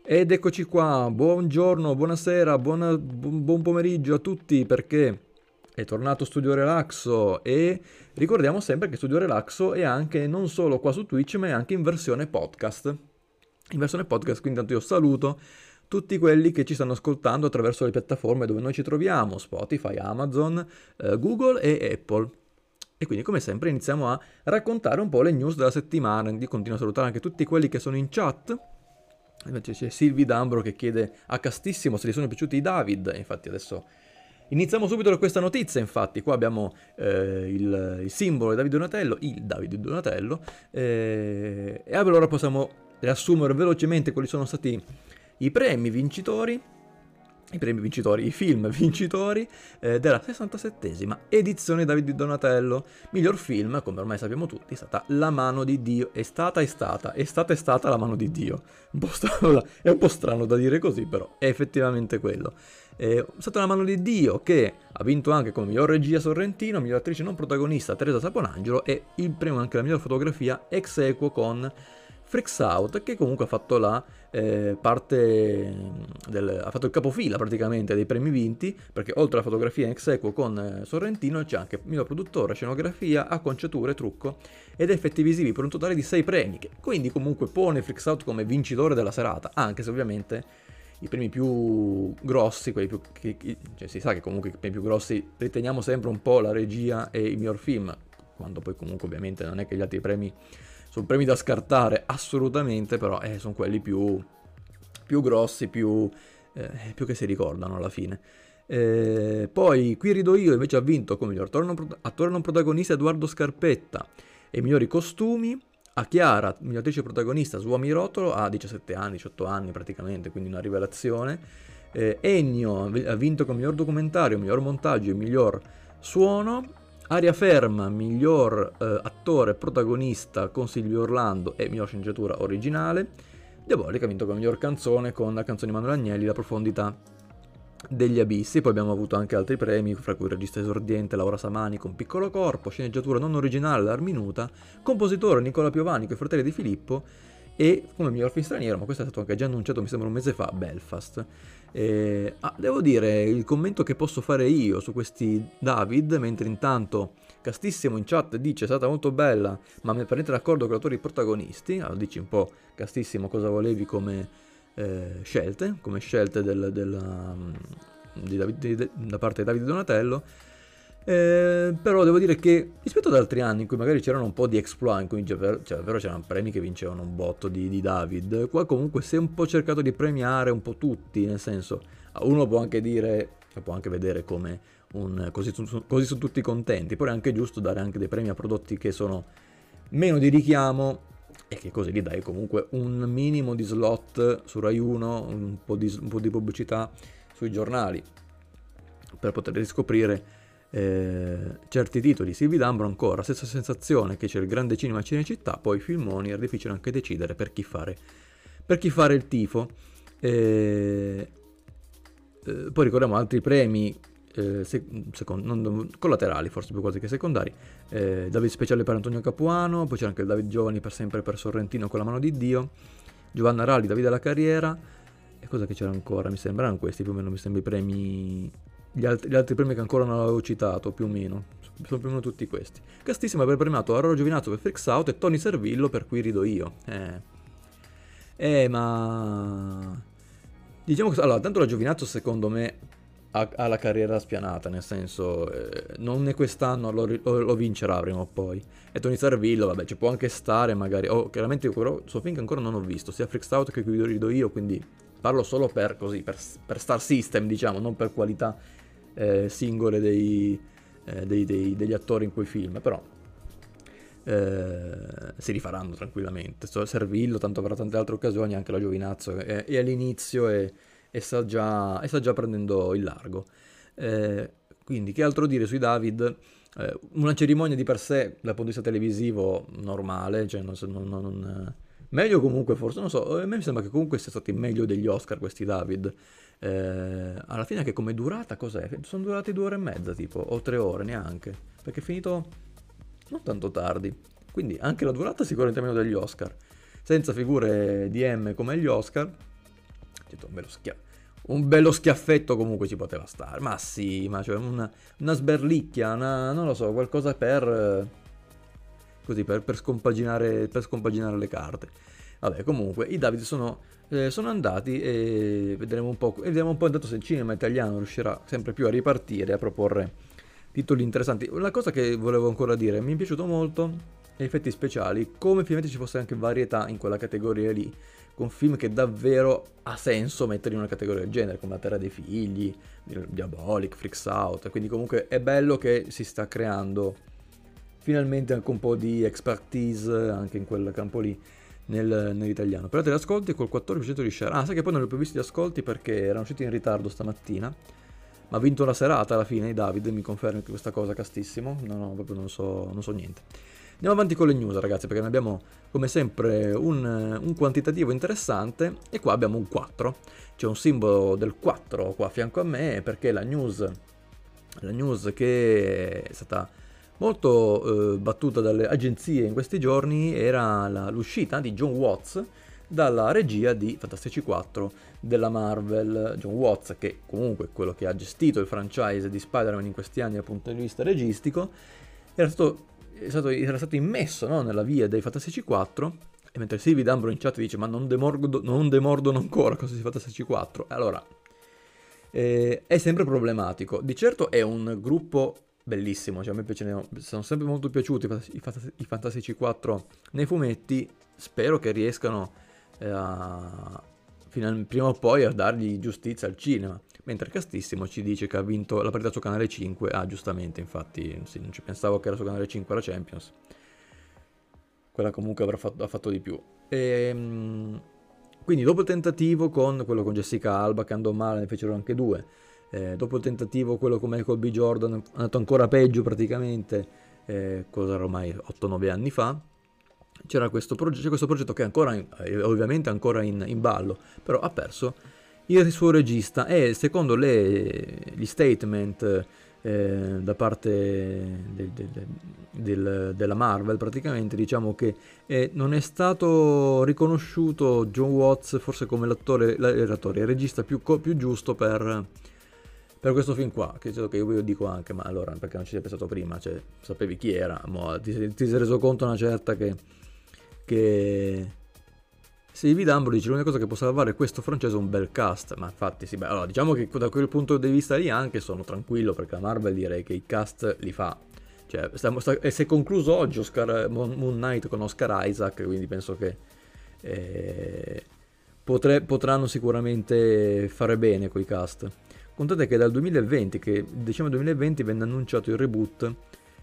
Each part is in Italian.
Ed eccoci qua, buongiorno, buonasera, buon pomeriggio a tutti perché è tornato Studio Relaxo e ricordiamo sempre che Studio Relaxo è anche non solo qua su Twitch ma è anche in versione podcast. In versione podcast, quindi intanto io saluto tutti quelli che ci stanno ascoltando attraverso le piattaforme dove noi ci troviamo, Spotify, Amazon, Google e Apple. E quindi come sempre iniziamo a raccontare un po' le news della settimana. Io continuo a salutare anche tutti quelli che sono in chat. Invece c'è Silvi D'Ambro che chiede a castissimo se gli sono piaciuti i David. E infatti adesso iniziamo subito da questa notizia. Infatti qua abbiamo il simbolo di David Donatello, il David Donatello. E allora possiamo riassumere velocemente quali sono stati i premi vincitori. I film vincitori della 67esima edizione David di Donatello. Miglior film, come ormai sappiamo tutti, è stata La mano di Dio. È stata La mano di Dio. È un po' strano da dire così, però è effettivamente quello. È stata La mano di Dio, che ha vinto anche come miglior regia Sorrentino, miglior attrice non protagonista Teresa Saponangelo e il premio anche la miglior fotografia ex aequo con Freaks Out, che comunque ha fatto ha fatto il capofila praticamente dei premi vinti, perché oltre alla fotografia in ex aequo con Sorrentino c'è anche miglior produttore, scenografia, acconciature, trucco ed effetti visivi per un totale di 6 premi, che quindi comunque pone Freaks Out come vincitore della serata, anche se ovviamente i premi più grossi, quelli più cioè si sa che comunque i premi più grossi riteniamo sempre un po' la regia e il miglior film, quando poi comunque ovviamente non è che gli altri premi sono premi da scartare assolutamente, però sono quelli più grossi, più che si ricordano alla fine. Poi Qui rido io invece ha vinto come miglior attore non protagonista Edoardo Scarpetta e migliori costumi. A Chiara, miglior attrice protagonista Suomi Rotolo, ha 17 anni, 18 anni praticamente, quindi una rivelazione. Ennio ha vinto come miglior documentario, miglior montaggio e miglior suono. Aria Ferma, miglior attore protagonista con Silvio Orlando e miglior sceneggiatura originale. Diabolica ha vinto come miglior canzone con la canzone di Manuel Agnelli, La profondità degli abissi. Poi abbiamo avuto anche altri premi, fra cui regista esordiente Laura Samani con Piccolo Corpo, sceneggiatura non originale L'Arminuta, compositore Nicola Piovani con I fratelli di Filippo e come miglior film straniero, ma questo è stato anche già annunciato mi sembra un mese fa, Belfast. Devo dire, il commento che posso fare io su questi David, mentre intanto Castissimo in chat dice è stata molto bella, ma mi prendete d'accordo con gli autori protagonisti. Allora dici un po', Castissimo, cosa volevi come scelte da parte di Davide Donatello. Però devo dire che rispetto ad altri anni in cui magari c'erano un po' di exploit, in cui davvero c'erano premi che vincevano un botto di David, qua comunque si è un po' cercato di premiare un po' tutti, nel senso, uno può anche dire, può anche vedere come così sono tutti contenti, poi è anche giusto dare anche dei premi a prodotti che sono meno di richiamo e che così gli dai comunque un minimo di slot su Rai 1, un po' di pubblicità sui giornali per poter riscoprire certi titoli. Silvi D'Ambro ancora, stessa sensazione che c'è il grande cinema a Cinecittà, poi filmoni, era difficile anche decidere per chi fare il tifo. Poi ricordiamo altri premi collaterali, forse più quasi che secondari. David speciale per Antonio Capuano, poi c'era anche il David Giovani per sempre per Sorrentino con La mano di Dio, Giovanna Ralli, Davide alla carriera, e cosa che c'era ancora, mi sembrano questi più o meno, mi sembra i premi, gli altri premi che ancora non avevo citato, più o meno, sono più o meno tutti questi. Castissimo aver premiato Aurora Giovinazzo per Freaks Out e Tony Servillo per Qui rido io. Ma diciamo che allora, tanto la Giovinazzo secondo me ha la carriera spianata, nel senso non è quest'anno, lo vincerà prima o poi. E Tony Servillo, vabbè, ci può anche stare magari. Chiaramente io però suo film che ancora non ho visto, sia Freaks Out che Qui rido io, quindi parlo solo per così, per Star System, diciamo, non per qualità singole degli attori in quei film, però si rifaranno tranquillamente. Servillo tanto avrà tante altre occasioni, anche la Giovinazzo è all'inizio e sta già prendendo il largo. Quindi che altro dire sui David? Una cerimonia di per sé dal punto di vista televisivo normale, cioè meglio comunque, forse, non so, a me mi sembra che comunque sia stati meglio degli Oscar questi David. Alla fine che come durata cos'è? Sono durati 2 ore e mezza tipo, o 3 ore neanche, perché è finito non tanto tardi, quindi anche la durata sicuramente meno degli Oscar, senza figure di M come gli Oscar, detto, un bello schiaffetto comunque ci poteva stare, ma sì, ma cioè una sberlicchia, non lo so, qualcosa così, per scompaginare le carte. Vabbè, comunque, i David sono andati e vediamo un po' intanto se il cinema italiano riuscirà sempre più a ripartire, a proporre titoli interessanti. Una cosa che volevo ancora dire, mi è piaciuto molto gli effetti speciali, come finalmente ci fosse anche varietà in quella categoria lì, con film che davvero ha senso mettere in una categoria del genere, come La Terra dei Figli, Diabolic, Freaks Out, quindi comunque è bello che si sta creando finalmente anche un po' di expertise anche in quel campo lì nell'italiano. Per altri ascolti col 14% di share. Ah, sai che poi non li ho più visti gli ascolti perché erano usciti in ritardo stamattina, ma ha vinto la serata alla fine. David mi conferma che questa cosa, castissimo. No, proprio non so niente. Andiamo avanti con le news, ragazzi, perché ne abbiamo come sempre un quantitativo interessante e qua abbiamo un 4. C'è un simbolo del 4 qua a fianco a me perché la news che è stata molto battuta dalle agenzie in questi giorni era l'uscita di Jon Watts dalla regia di Fantastici 4 della Marvel. Jon Watts, che comunque è quello che ha gestito il franchise di Spider-Man in questi anni dal punto di vista registico, era stato immesso, no, nella via dei Fantastici 4, e mentre Sylvie D'Ambro in chat dice ma non demordono ancora cose di Fantastici 4, allora è sempre problematico. Di certo è un gruppo bellissimo, cioè a me sono sempre molto piaciuti i Fantastici 4 nei fumetti, spero che riescano prima o poi a dargli giustizia al cinema, mentre Castissimo ci dice che ha vinto la partita su Canale 5, giustamente, infatti sì, non ci pensavo che era su Canale 5 la Champions, quella comunque ha fatto di più. Quindi dopo il tentativo con quello con Jessica Alba, che andò male, ne fecero anche due. Dopo il tentativo quello con Michael B. Jordan è andato ancora peggio praticamente, cosa era ormai 8-9 anni fa. C'è questo progetto che è ancora ovviamente ancora in ballo, però ha perso il suo regista e secondo gli statement da parte della Marvel, praticamente diciamo che non è stato riconosciuto Jon Watts forse come il regista più giusto per questo film qua, che io dico anche, ma allora perché non ci sei pensato prima, cioè sapevi chi era, ti sei reso conto una certa che Sylvie D'Ambro dice l'unica cosa che può salvare questo francese è un bel cast, ma infatti sì, allora diciamo che da quel punto di vista lì anche sono tranquillo, perché la Marvel direi che i cast li fa, cioè e si è concluso oggi Moon Knight con Oscar Isaac, quindi penso che potranno sicuramente fare bene coi cast. Contate che dal 2020, che dicembre 2020 venne annunciato il reboot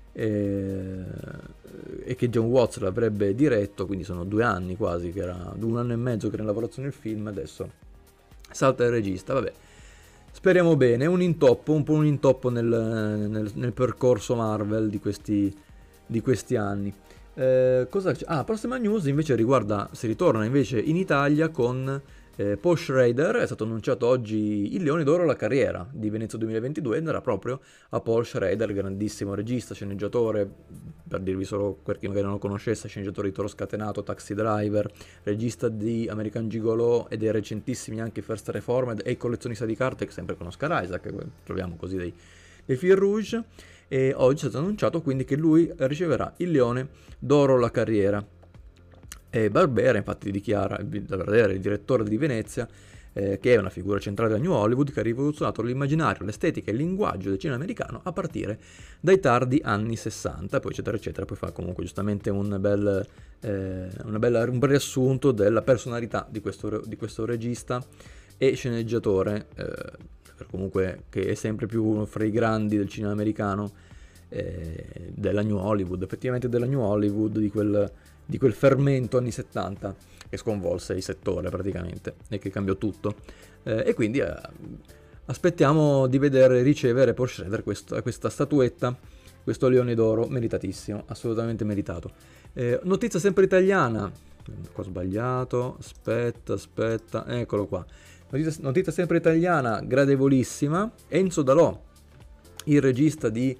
e che Jon Watts l'avrebbe diretto, quindi sono 2 anni quasi, che era 1 anno e mezzo che era in lavorazione il film, adesso salta il regista, vabbè. Speriamo bene, è un po' un intoppo nel percorso Marvel di questi anni. Cosa c'è? Prossima news invece si ritorna invece in Italia con Paul Schrader. È stato annunciato oggi il Leone d'Oro alla carriera di Venezia 2022 ed era proprio a Paul Schrader, grandissimo regista, sceneggiatore, per dirvi solo per chi magari non lo conoscesse, sceneggiatore di Toro Scatenato, Taxi Driver, regista di American Gigolo e dei recentissimi anche First Reformed e Il collezionista di carte, sempre con Oscar Isaac, troviamo così dei fil rouge. E oggi è stato annunciato quindi che lui riceverà il Leone d'Oro alla carriera. E Barbera infatti dichiara, il direttore di Venezia, che è una figura centrale della New Hollywood, che ha rivoluzionato l'immaginario, l'estetica e il linguaggio del cinema americano a partire dai tardi anni 60, poi eccetera eccetera. Poi fa comunque giustamente un bel riassunto della personalità di questo regista e sceneggiatore, comunque che è sempre più uno fra i grandi del cinema americano, della New Hollywood, effettivamente della New Hollywood, di quel fermento anni 70 che sconvolse il settore praticamente e che cambiò tutto, e quindi aspettiamo di vedere ricevere Paul Schrader questa statuetta, questo Leone d'Oro meritatissimo, assolutamente meritato. Notizia sempre italiana, qua ho sbagliato, aspetta, eccolo qua, notizia sempre italiana gradevolissima. Enzo Dalò, il regista di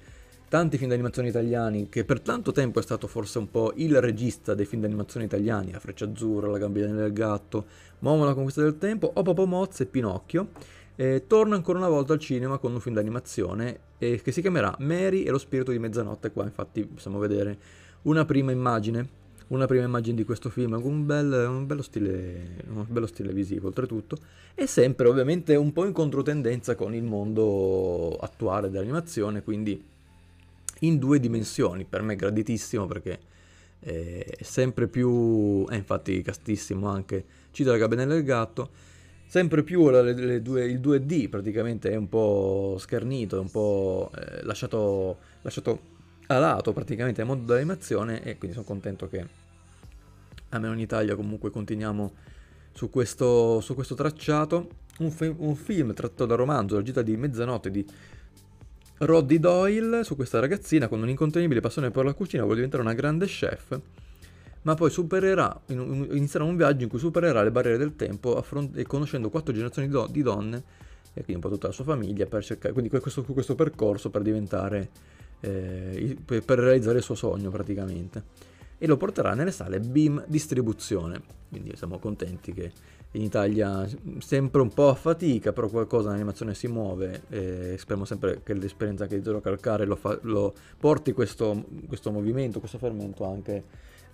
tanti film d'animazione italiani, che per tanto tempo è stato forse un po' il regista dei film d'animazione italiani, La Freccia Azzurra, La Gambina del Gatto, Momo la conquista del tempo, Opopo Moz e Pinocchio, torna ancora una volta al cinema con un film d'animazione che si chiamerà Mary e lo spirito di mezzanotte. Qua infatti possiamo vedere una prima immagine di questo film con un bello stile visivo oltretutto, e sempre ovviamente un po' in controtendenza con il mondo attuale dell'animazione, quindi in 2 dimensioni. Per me è graditissimo perché è sempre più, infatti castissimo anche Cita la Gabinella del Gatto, sempre più il 2D praticamente è un po' schernito, è un po' lasciato a lato praticamente nel mondo dell'animazione, e quindi sono contento che almeno in Italia comunque continuiamo su questo tracciato. Un film tratto dal romanzo La gita di mezzanotte di Roddy Doyle, su questa ragazzina con un'incontenibile passione per la cucina vuole diventare una grande chef, ma poi inizierà un viaggio in cui supererà le barriere del tempo e conoscendo 4 generazioni di donne, e quindi un po' tutta la sua famiglia, per cercare, quindi questo percorso per diventare, per realizzare il suo sogno praticamente. E lo porterà nelle sale Beam Distribuzione, quindi siamo contenti che in Italia sempre un po' a fatica, però qualcosa nell'animazione si muove, e speriamo sempre che l'esperienza che Zero Calcare lo porti questo movimento, questo fermento anche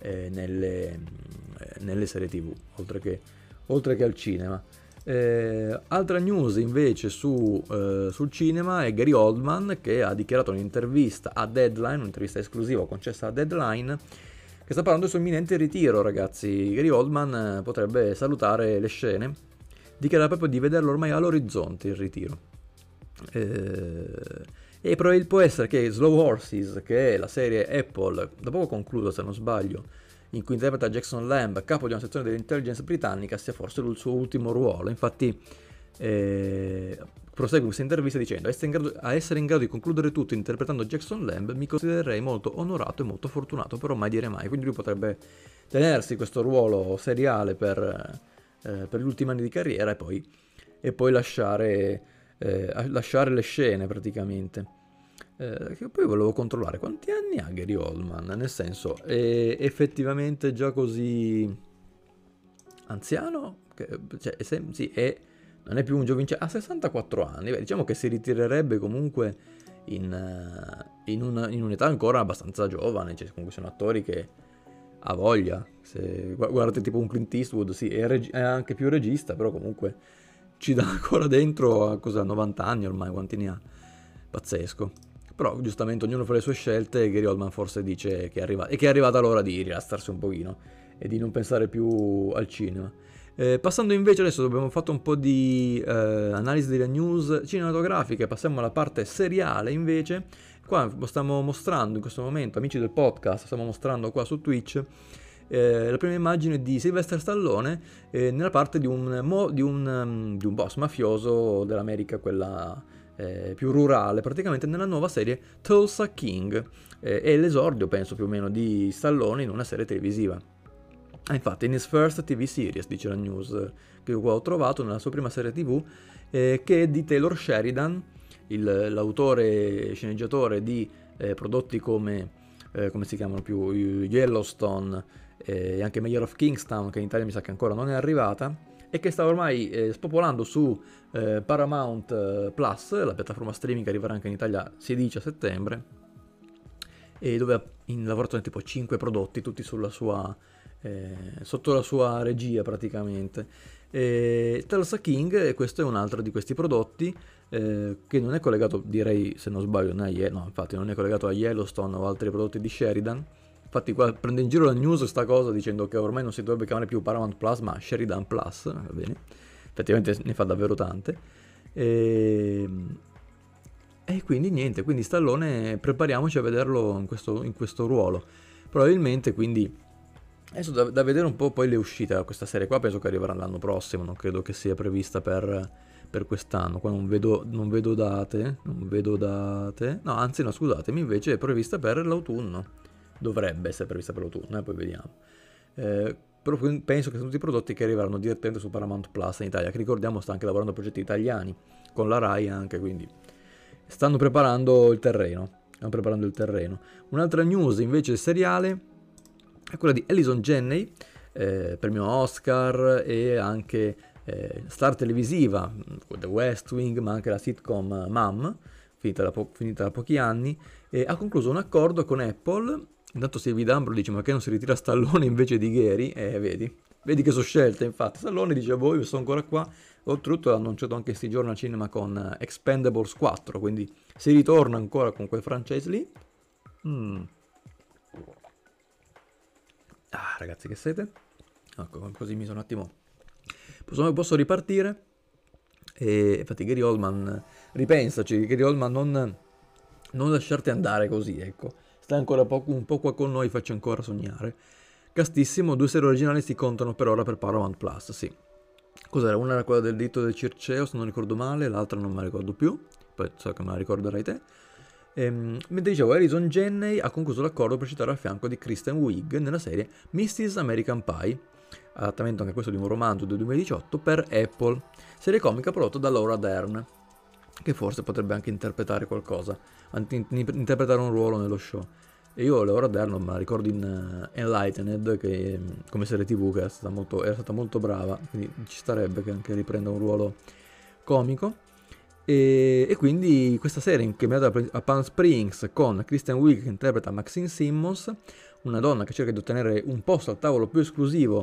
nelle serie TV, oltre che al cinema. Altra news invece sul cinema è Gary Oldman, che ha dichiarato un'intervista a Deadline, un'intervista esclusiva concessa a Deadline, che sta parlando del suo imminente ritiro, ragazzi. Gary Oldman potrebbe salutare le scene, dichiara proprio di vederlo ormai all'orizzonte il ritiro. E può essere che Slow Horses, che è la serie Apple, da poco conclusa se non sbaglio, in cui interpreta Jackson Lamb, capo di una sezione dell'intelligence britannica, sia forse il suo ultimo ruolo. Infatti prosegue questa intervista dicendo: a essere in grado di concludere tutto interpretando Jackson Lamb mi considererei molto onorato e molto fortunato, però mai dire mai. Quindi lui potrebbe tenersi questo ruolo seriale per gli ultimi anni di carriera e poi lasciare le scene praticamente. Che poi volevo controllare quanti anni ha Gary Oldman, nel senso è effettivamente già così anziano? Cioè, sì, non è più un giovincello, ha 64 anni. Beh, diciamo che si ritirerebbe comunque in un'età ancora abbastanza giovane, cioè comunque sono attori che ha voglia. Se guardate tipo un Clint Eastwood, sì, è anche più regista, però comunque ci dà ancora dentro a 90 anni ormai, quanti ne ha? Pazzesco. Però giustamente ognuno fa le sue scelte, e Gary Oldman forse dice che è arrivata l'ora di rilassarsi un pochino e di non pensare più al cinema. Passando invece, adesso abbiamo fatto un po' di analisi delle news cinematografiche, passiamo alla parte seriale invece. Qua stiamo mostrando in questo momento, amici del podcast, stiamo mostrando qua su Twitch la prima immagine di Sylvester Stallone nella parte di un boss mafioso dell'America, quella più rurale, praticamente nella nuova serie Tulsa King. È l'esordio, penso, più o meno di Stallone in una serie televisiva. Infatti, in his first TV series, dice la news che qua ho trovato, nella sua prima serie TV, che è di Taylor Sheridan, l'autore sceneggiatore di prodotti come si chiamano più, Yellowstone e anche Mayor of Kingstown, che in Italia mi sa che ancora non è arrivata, e che sta ormai spopolando su Paramount Plus, la piattaforma streaming che arriverà anche in Italia, si dice a settembre, e dove ha lavorato tipo 5 prodotti, tutti sotto la sua regia praticamente. Tulsa King, questo è un altro di questi prodotti che non è collegato, direi se non sbaglio, infatti non è collegato a Yellowstone o altri prodotti di Sheridan. Infatti qua prende in giro la news sta cosa dicendo che ormai non si dovrebbe chiamare più Paramount Plus ma Sheridan Plus, va bene, effettivamente ne fa davvero tante. E quindi niente, quindi Stallone prepariamoci a vederlo in questo ruolo probabilmente, quindi adesso da vedere un po' poi le uscite da questa serie qua, penso che arriverà l'anno prossimo, non credo che sia prevista per quest'anno. Qua non vedo date, no, anzi no, scusatemi, invece è prevista per l'autunno, dovrebbe essere prevista per l'autunno, poi vediamo. Però penso che sono tutti i prodotti che arriveranno direttamente su Paramount Plus in Italia, che ricordiamo sta anche lavorando a progetti italiani, con la Rai anche, quindi stanno preparando il terreno. stiamo preparando il terreno. Un'altra news invece seriale è quella di Allison Janney, premio Oscar e anche star televisiva, The West Wing, ma anche la sitcom Mom, finita da pochi anni, e ha concluso un accordo con Apple. Intanto Silvi D'Ambro dice: ma che non si ritira Stallone invece di Gary? Vedi che sono scelte, infatti. Stallone dice: boh, io sono ancora qua. Oltretutto l'ha annunciato anche sti giorni al cinema con Expendables 4, quindi si ritorna ancora con quel franchise lì. Ah, ragazzi, che sete? Ecco, così mi sono un attimo... Posso ripartire? E infatti Gary Oldman, ripensaci, Gary Oldman, non lasciarti andare così, ecco. Stai ancora un po' qua con noi, facci ancora sognare. Castissimo, 2 serie originali si contano per ora per Paramount Plus, sì. Cos'era? Una era quella del dito del Circeo, se non ricordo male, l'altra non me la ricordo più, poi so che me la ricorderai te. Mentre dicevo, Allison Janney ha concluso l'accordo per citare al fianco di Kristen Wiig nella serie Mrs. American Pie, adattamento anche questo di un romanzo del 2018 per Apple, serie comica prodotta da Laura Dern, che forse potrebbe anche interpretare qualcosa, interpretare un ruolo nello show. E io Laura Dern me la ricordo in Enlightened, che come serie TV che era stata molto brava, quindi ci starebbe che anche riprenda un ruolo comico. E quindi questa serie che mi ha dato a Palm Springs con Kristen Wiig che interpreta Maxine Simmons, una donna che cerca di ottenere un posto al tavolo più esclusivo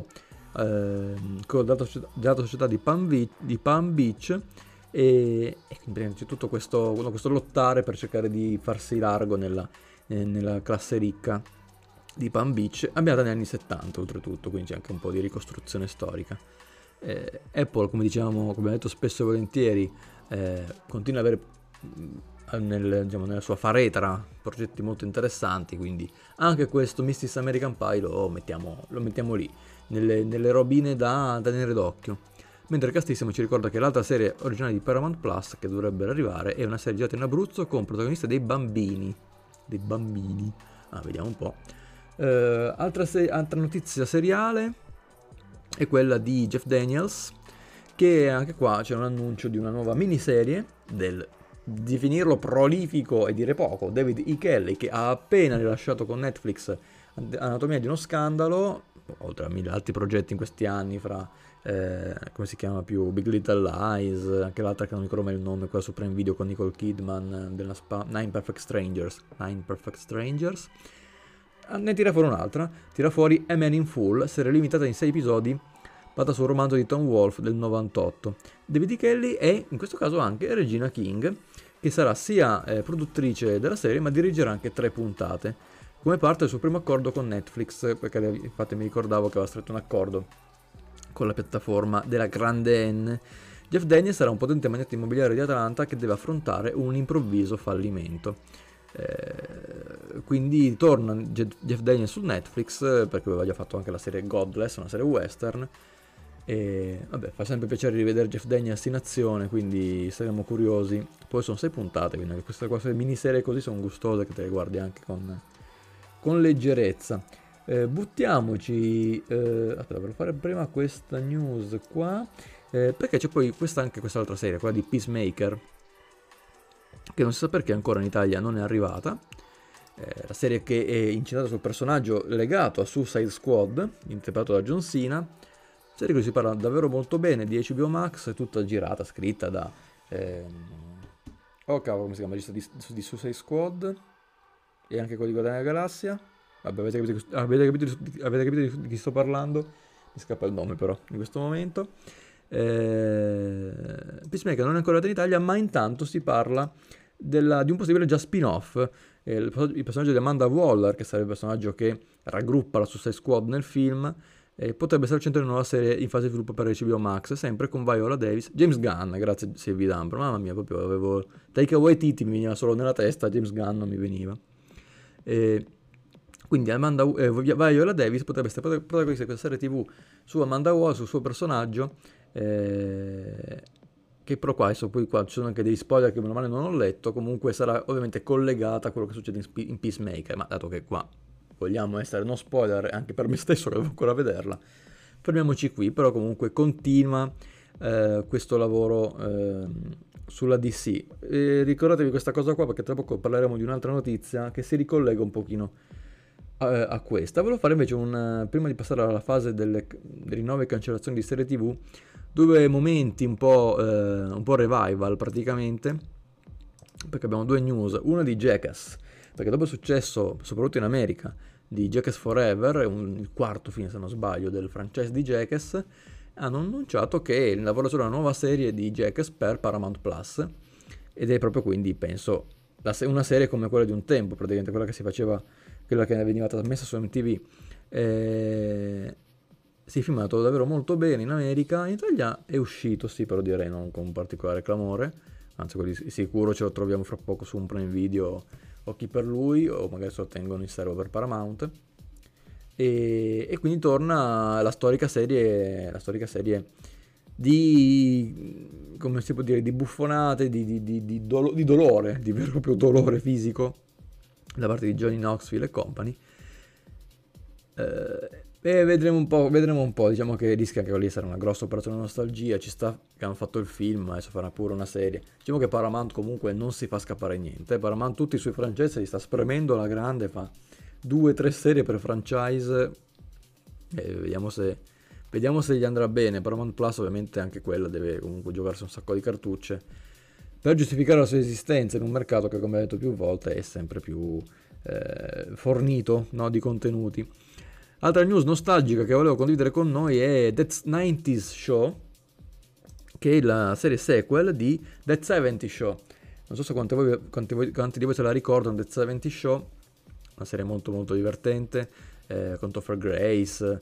con l'alta società di Palm Beach, e quindi c'è tutto questo lottare per cercare di farsi largo nella classe ricca di Palm Beach, ambientata negli anni 70 oltretutto, quindi c'è anche un po' di ricostruzione storica. Apple, come diciamo, come ho detto spesso e volentieri, continua ad avere nella sua faretra progetti molto interessanti, quindi anche questo Mrs. American Pie lo mettiamo lì nelle robine da tenere d'occhio. Mentre Castissimo ci ricorda che l'altra serie originale di Paramount Plus che dovrebbe arrivare è una serie girata in Abruzzo con protagonisti dei bambini. Vediamo un po'. Altra notizia seriale è quella di Jeff Daniels, che anche qua c'è un annuncio di una nuova miniserie del, definirlo prolifico e dire poco, David E. Kelly, che ha appena rilasciato con Netflix Anatomia di uno scandalo, oltre a 1000 altri progetti in questi anni, fra come si chiama più, Big Little Lies, anche l'altra che non mi ricordo mai il nome, quella su Prime Video con Nicole Kidman, della Nine Perfect Strangers. Ne tira fuori un'altra, tira fuori A Man in Full, serie limitata in 6 episodi, basata sul romanzo di Tom Wolfe del 98. David E. Kelly è in questo caso anche Regina King, che sarà sia produttrice della serie, ma dirigerà anche 3 puntate, come parte del suo primo accordo con Netflix, perché infatti mi ricordavo che aveva stretto un accordo con la piattaforma della grande N. Jeff Daniels sarà un potente magnate immobiliare di Atlanta che deve affrontare un improvviso fallimento. Quindi torna Jeff Daniels su Netflix, perché aveva già fatto anche la serie Godless, una serie western, e vabbè, fa sempre piacere rivedere Jeff Daniels in azione, quindi saremo curiosi. Poi sono 6 puntate, quindi queste miniserie così sono gustose che te le guardi anche con leggerezza. Buttiamoci, aspetta, per fare prima questa news qua, perché c'è poi anche quest'altra serie, quella di Peacemaker, che non si sa perché ancora in Italia non è arrivata. La serie che è incentrata sul personaggio legato a Suicide Squad, interpretato da John Cena, serie di cui si parla davvero molto bene, di HBO Max, è tutta girata, scritta da oh cavolo, come si chiama, regista di Suicide Squad e anche quello di Guardiani della Galassia. Vabbè, avete capito di chi sto parlando? Mi scappa il nome però in questo momento. Peacemaker non è ancora arrivato in Italia, ma intanto si parla di un possibile già spin-off. Il personaggio di Amanda Waller, che sarebbe il personaggio che raggruppa la Suicide Squad nel film, potrebbe essere al centro di una nuova serie in fase di sviluppo per HBO Max, sempre con Viola Davis, James Gunn, grazie Silvi D'Ambro, mamma mia, proprio avevo Taika Waititi mi veniva solo nella testa, James Gunn non mi veniva. Quindi Viola Davis potrebbe essere protagonista di questa serie TV su Amanda Waller, sul suo personaggio, che però qua ci sono anche degli spoiler che meno male non ho letto, comunque sarà ovviamente collegata a quello che succede in Peacemaker, ma dato che qua vogliamo essere no spoiler anche per me stesso che devo ancora vederla, fermiamoci qui. Però comunque continua questo lavoro sulla DC. Ricordatevi questa cosa qua perché tra poco parleremo di un'altra notizia che si ricollega un pochino a questa. Volevo fare invece prima di passare alla fase delle rinnovi e cancellazioni di serie TV, due momenti un po' revival praticamente, perché abbiamo due news, una di Jackass, perché dopo il successo, soprattutto in America, di Jackass Forever, il quarto film se non sbaglio del franchise di Jackass, hanno annunciato che lavora su una nuova serie di Jackass per Paramount Plus, ed è proprio quindi, penso, una serie come quella di un tempo, praticamente quella che si faceva, quella che veniva trasmessa su MTV. Si è filmato davvero molto bene in America, in Italia è uscito, sì, però direi non con un particolare clamore, anzi quello di sicuro ce lo troviamo fra poco su un Prime Video o chi per lui, o magari se lo tengono in serbo per Paramount. E quindi torna la storica serie di, come si può dire, di buffonate, di dolore, di vero e proprio dolore fisico da parte di Johnny Knoxville e company. E vedremo un po', diciamo che rischia anche lì essere una grossa operazione nostalgia, ci sta che hanno fatto il film, adesso farà pure una serie. Diciamo che Paramount comunque non si fa scappare niente, Paramount tutti i suoi franchise li sta spremendo alla grande, fa 2-3 serie per franchise, e vediamo se gli andrà bene. Paramount Plus ovviamente anche quella deve comunque giocarsi un sacco di cartucce per giustificare la sua esistenza in un mercato che, come ho detto più volte, è sempre più fornito, no, di contenuti. Altra news nostalgica che volevo condividere con noi è That 90s Show, che è la serie sequel di That 70 Show. Non so se quanti di voi se la ricordano, That 70 Show, una serie molto molto divertente, con Topher Grace,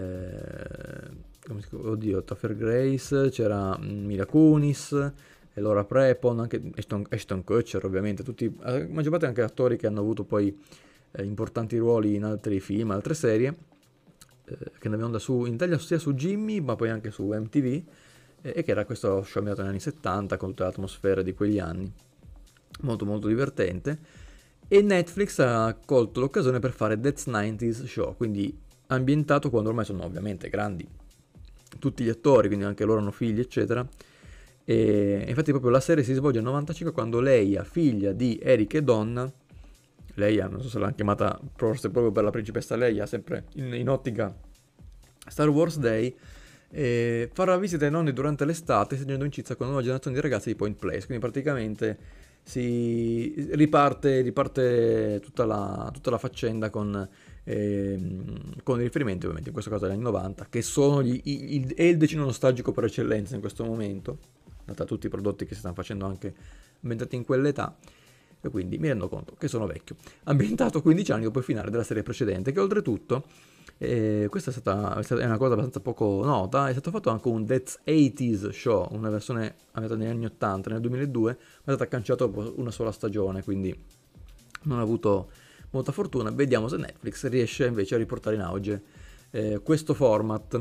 Topher Grace, c'era Mila Kunis, e Laura Prepon, anche Ashton Kutcher ovviamente, tutti, la maggior parte anche attori che hanno avuto poi importanti ruoli in altri film, altre serie, che andavano da su in Italia sia su Jimmy ma poi anche su MTV, e che era questo show ambientato negli anni 70 con tutta l'atmosfera di quegli anni, molto molto divertente. E Netflix ha colto l'occasione per fare That's 90s Show, quindi ambientato quando ormai sono ovviamente grandi tutti gli attori, quindi anche loro hanno figli eccetera. E infatti proprio la serie si svolge nel 95, quando Leia, figlia di Eric e Donna, Leia, non so se l'hanno chiamata forse proprio per la principessa Leia, sempre in ottica Star Wars Day, farà visita ai nonni durante l'estate, segnando incizia con una nuova generazione di ragazzi di Point Place. Quindi praticamente si riparte tutta la faccenda con i riferimenti ovviamente in questo caso agli anni 90, che sono è il decino nostalgico per eccellenza in questo momento, data tutti i prodotti che si stanno facendo anche ambientati in quell'età. E quindi mi rendo conto che sono vecchio. Ambientato 15 anni dopo il finale della serie precedente, che oltretutto, questa è una cosa abbastanza poco nota, è stato fatto anche un That's 80s Show, una versione ambientata negli anni 80, nel 2002, ma è stata cancellata dopo una sola stagione, quindi non ha avuto molta fortuna. Vediamo se Netflix riesce invece a riportare in auge questo format.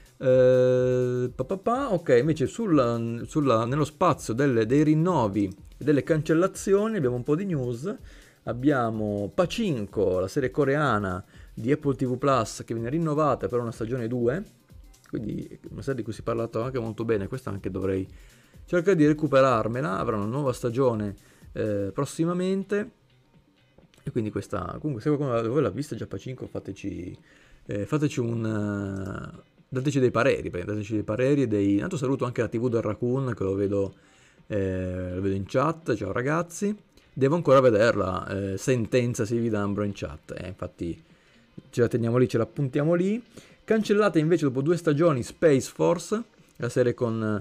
Ok, invece nello spazio dei rinnovi e delle cancellazioni abbiamo un po' di news. Abbiamo Pachinko, la serie coreana di Apple TV Plus, che viene rinnovata per una stagione 2, quindi una serie di cui si è parlato anche molto bene. Questa anche dovrei cercare di recuperarmela, avrà una nuova stagione prossimamente. E quindi questa, comunque, se qualcuno di voi l'ha vista già Pachinko, dateci dei pareri, intanto saluto anche la TV del Raccoon, che lo vedo in chat. Ciao ragazzi, devo ancora vederla, Sentenza Sivi D'Ambro in chat, infatti ce la teniamo lì, ce la puntiamo lì. Cancellata invece dopo 2 stagioni Space Force, la serie con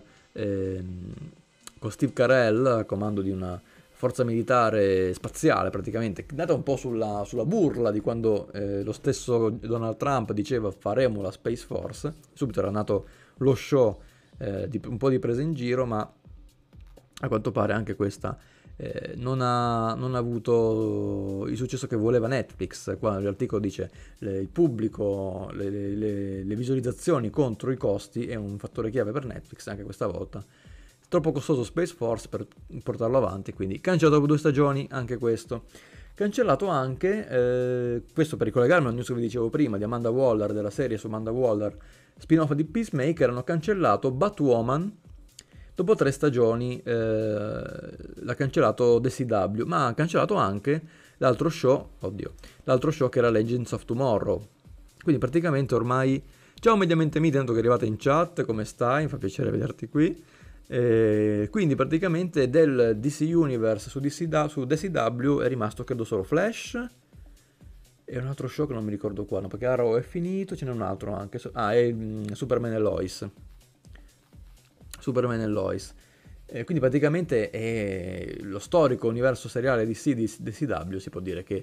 Steve Carell a comando di una forza militare spaziale, praticamente nata un po' sulla burla di quando lo stesso Donald Trump diceva faremo la Space Force. Subito era nato lo show un po' di presa in giro, ma a quanto pare anche questa non ha avuto il successo che voleva Netflix. Qua l'articolo dice il pubblico, le visualizzazioni contro i costi è un fattore chiave per Netflix anche questa volta. Troppo costoso Space Force per portarlo avanti, quindi cancellato dopo 2 stagioni anche questo. Cancellato anche, questo per ricollegarmi al news che vi dicevo prima, di Amanda Waller, della serie su Amanda Waller, spin-off di Peacemaker, hanno cancellato Batwoman, dopo 3 stagioni l'ha cancellato The CW, ma ha cancellato anche l'altro show che era Legends of Tomorrow. Quindi praticamente ormai... Ciao Mediamente Mi, tanto che arrivate in chat, come stai? Mi fa piacere vederti qui. Quindi praticamente del DC Universe su The CW è rimasto credo solo Flash e un altro show che non mi ricordo qua, no, perché Arrow è finito, ce n'è un altro anche. È Superman e Lois. Superman e Lois. Quindi praticamente è lo storico universo seriale di CW, si può dire che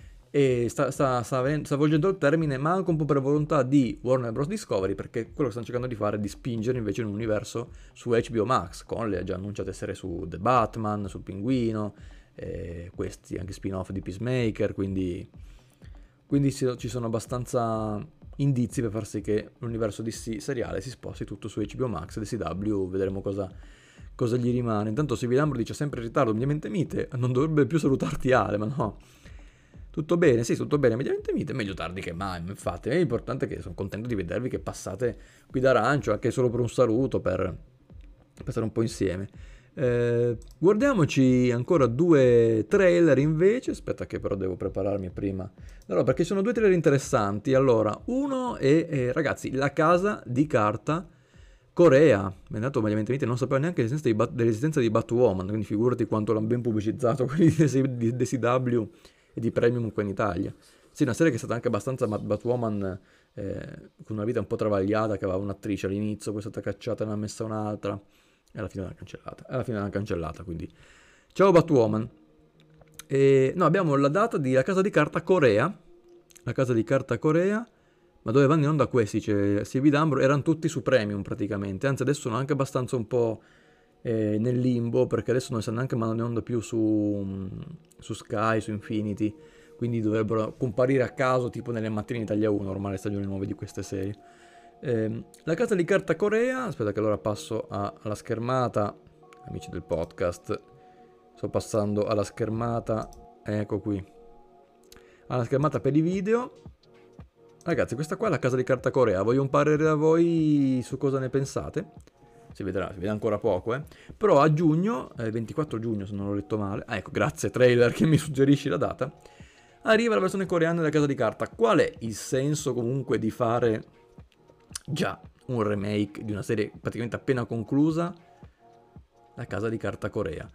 sta volgendo il termine, ma anche un po' per volontà di Warner Bros. Discovery, perché quello che stanno cercando di fare è di spingere invece in un universo su HBO Max, con le già annunciate serie su The Batman, sul Pinguino, questi anche spin-off di Peacemaker, quindi ci sono abbastanza indizi per far sì che l'universo DC seriale si sposti tutto su HBO Max. The CW vedremo cosa gli rimane. Intanto Sivilambro dice sempre in ritardo, Mediamente Mite, non dovrebbe più salutarti Ale, ma no. Tutto bene, sì, tutto bene, Mediamente Mite, meglio tardi che mai, infatti. È importante che sono contento di vedervi che passate qui da Rancio, anche solo per un saluto, per stare un po' insieme. Guardiamoci ancora 2 trailer invece, aspetta che però devo prepararmi prima. Allora, perché sono 2 trailer interessanti. Allora, uno è, ragazzi, La Casa di Carta Corea. Mi è andato Mediamente Mite, non sapevo neanche dell'esistenza di Batwoman, quindi figurati quanto l'hanno ben pubblicizzato quelli di DCW e di Premium qua in Italia. Sì, una serie che è stata anche abbastanza Batwoman, con una vita un po' travagliata, che aveva un'attrice all'inizio, poi è stata cacciata e ne ha messa un'altra, e alla fine l'hanno cancellata, quindi... Ciao Batwoman. No, abbiamo la data di La Casa di Carta Corea, La Casa di Carta Corea, ma dove vanno in onda questi? Cioè, Silvi D'Ambro, erano tutti su Premium praticamente, anzi adesso sono anche abbastanza un po' nel limbo, perché adesso non stanno neanche mandando in onda più su Sky, su Infinity, quindi dovrebbero comparire a caso tipo nelle mattine in Italia 1, ormai le stagioni nuove di queste serie. La Casa di Carta Corea, aspetta che allora passo alla schermata, amici del podcast, sto passando alla schermata, ecco qui, alla schermata per i video. Ragazzi, questa qua è La Casa di Carta Corea, voglio un parere da voi su cosa ne pensate. Si vede ancora poco, però a giugno, 24 giugno se non l'ho letto male, ecco, grazie trailer che mi suggerisci la data, arriva la versione coreana della Casa di Carta. Qual è il senso comunque di fare già un remake di una serie praticamente appena conclusa, La Casa di Carta Corea?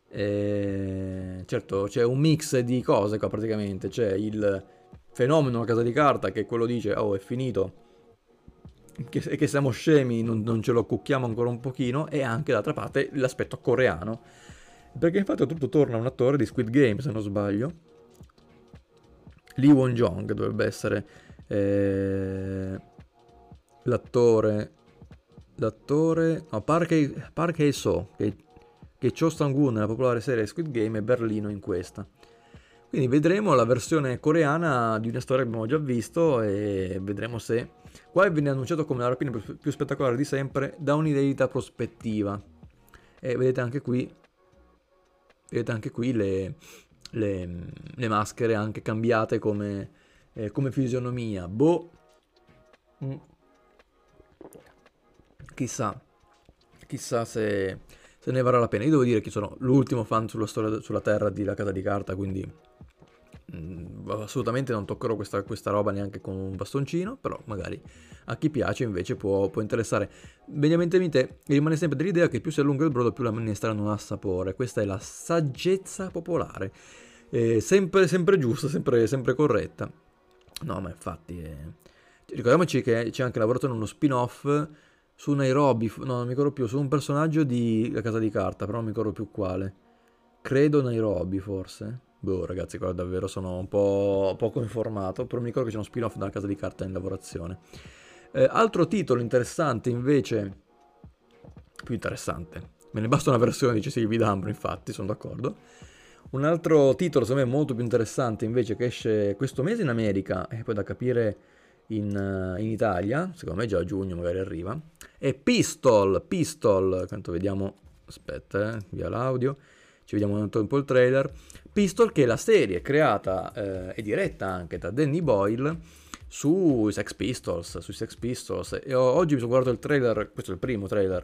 Certo, c'è un mix di cose qua praticamente, c'è il fenomeno La Casa di Carta, che quello dice, oh è finito, che siamo scemi, non ce lo cucchiamo ancora un pochino, e anche d'altra parte l'aspetto coreano, perché infatti tutto torna un attore di Squid Game, se non sbaglio, Lee Won-jong dovrebbe essere l'attore, no, Park Hae-soo, che Cho Sang-woo nella popolare serie Squid Game e Berlino in questa. Quindi vedremo la versione coreana di una storia che abbiamo già visto, e vedremo se... Qua viene annunciato come la rapina più spettacolare di sempre da un'inedita prospettiva. E vedete anche qui le maschere anche cambiate come fisionomia. Boh. Chissà se ne varrà la pena. Io devo dire che sono l'ultimo fan sulla Terra di La Casa di Carta, quindi assolutamente non toccherò questa roba neanche con un bastoncino, però magari a chi piace invece può interessare. Mediamente Mite rimane sempre dell'idea che più si allunga il brodo più la minestra non ha sapore. Questa è la saggezza popolare, sempre giusta, sempre corretta. No, ma infatti ricordiamoci che c'è anche lavorato in uno spin-off su Nairobi, no, non mi ricordo più, su un personaggio di La Casa di Carta, però non mi ricordo più quale. Credo Nairobi, forse. Boh, ragazzi, guarda, davvero sono un po' poco informato, però mi ricordo che c'è uno spin-off della Casa di Carta in lavorazione. Altro titolo interessante, invece, più interessante, me ne basta una versione, dice Silvi D'Ambro, infatti, sono d'accordo. Un altro titolo, secondo me, molto più interessante, invece, che esce questo mese in America, e poi da capire in Italia, secondo me già a giugno magari arriva, è Pistol, quanto vediamo, aspetta, via l'audio, ci vediamo un po' il trailer. Pistol, che è la serie creata e diretta anche da Danny Boyle sui Sex Pistols, e oggi mi sono guardato il trailer, questo è il primo trailer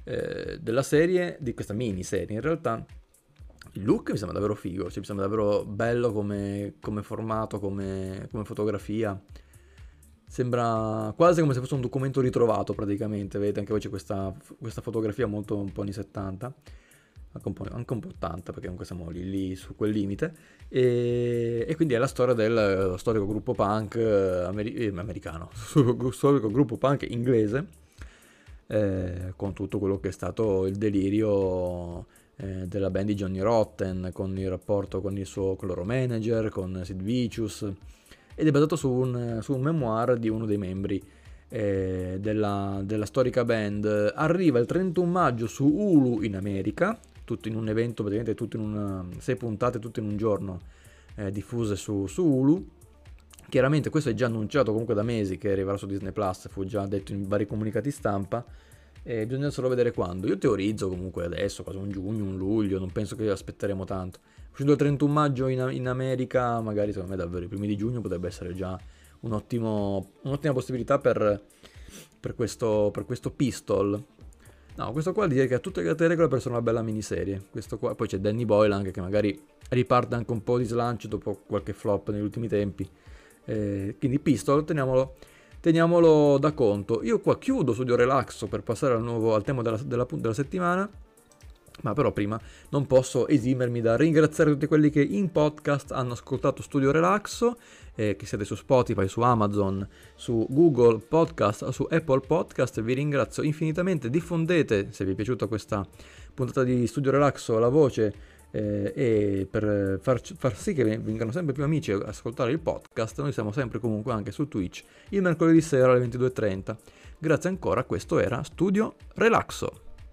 della serie, di questa miniserie in realtà. Il look mi sembra davvero figo, cioè mi sembra davvero bello come formato, come fotografia. Sembra quasi come se fosse un documento ritrovato praticamente, vedete anche poi c'è questa fotografia molto un po' anni 70, anche un po' 80 perché comunque siamo lì su quel limite, e quindi è la storia del storico gruppo punk americano, storico gruppo punk inglese, con tutto quello che è stato il delirio della band di Johnny Rotten, con il rapporto con il loro manager, con Sid Vicious, ed è basato su un memoir di uno dei membri della storica band. Arriva il 31 maggio su Hulu in America, tutto in un evento, praticamente tutto in 6 puntate, tutto in un giorno, diffuse su Hulu. Chiaramente questo è già annunciato comunque da mesi che arriverà su Disney Plus, fu già detto in vari comunicati stampa, e bisogna solo vedere quando. Io teorizzo comunque adesso, quasi un giugno, un luglio, non penso che aspetteremo tanto. Uscendo il 31 maggio in America, magari secondo me davvero i primi di giugno potrebbe essere già un'ottima possibilità per questo Pistol. No, questo qua direi che ha tutte le regole per essere una bella miniserie. Questo qua, poi c'è Danny Boyle anche che magari riparte anche un po' di slancio dopo qualche flop negli ultimi tempi. Quindi Pistol, teniamolo da conto. Io qua chiudo Studio Relaxo per passare al tema della settimana. Ma però prima non posso esimermi da ringraziare tutti quelli che in podcast hanno ascoltato Studio Relaxo, che siete su Spotify, su Amazon, su Google Podcast, su Apple Podcast. Vi ringrazio infinitamente. Diffondete, se vi è piaciuta questa puntata di Studio Relaxo, la voce, e per far sì che vengano sempre più amici a ascoltare il podcast. Noi siamo sempre comunque anche su Twitch il mercoledì sera alle 22:30. Grazie ancora, questo era Studio Relaxo.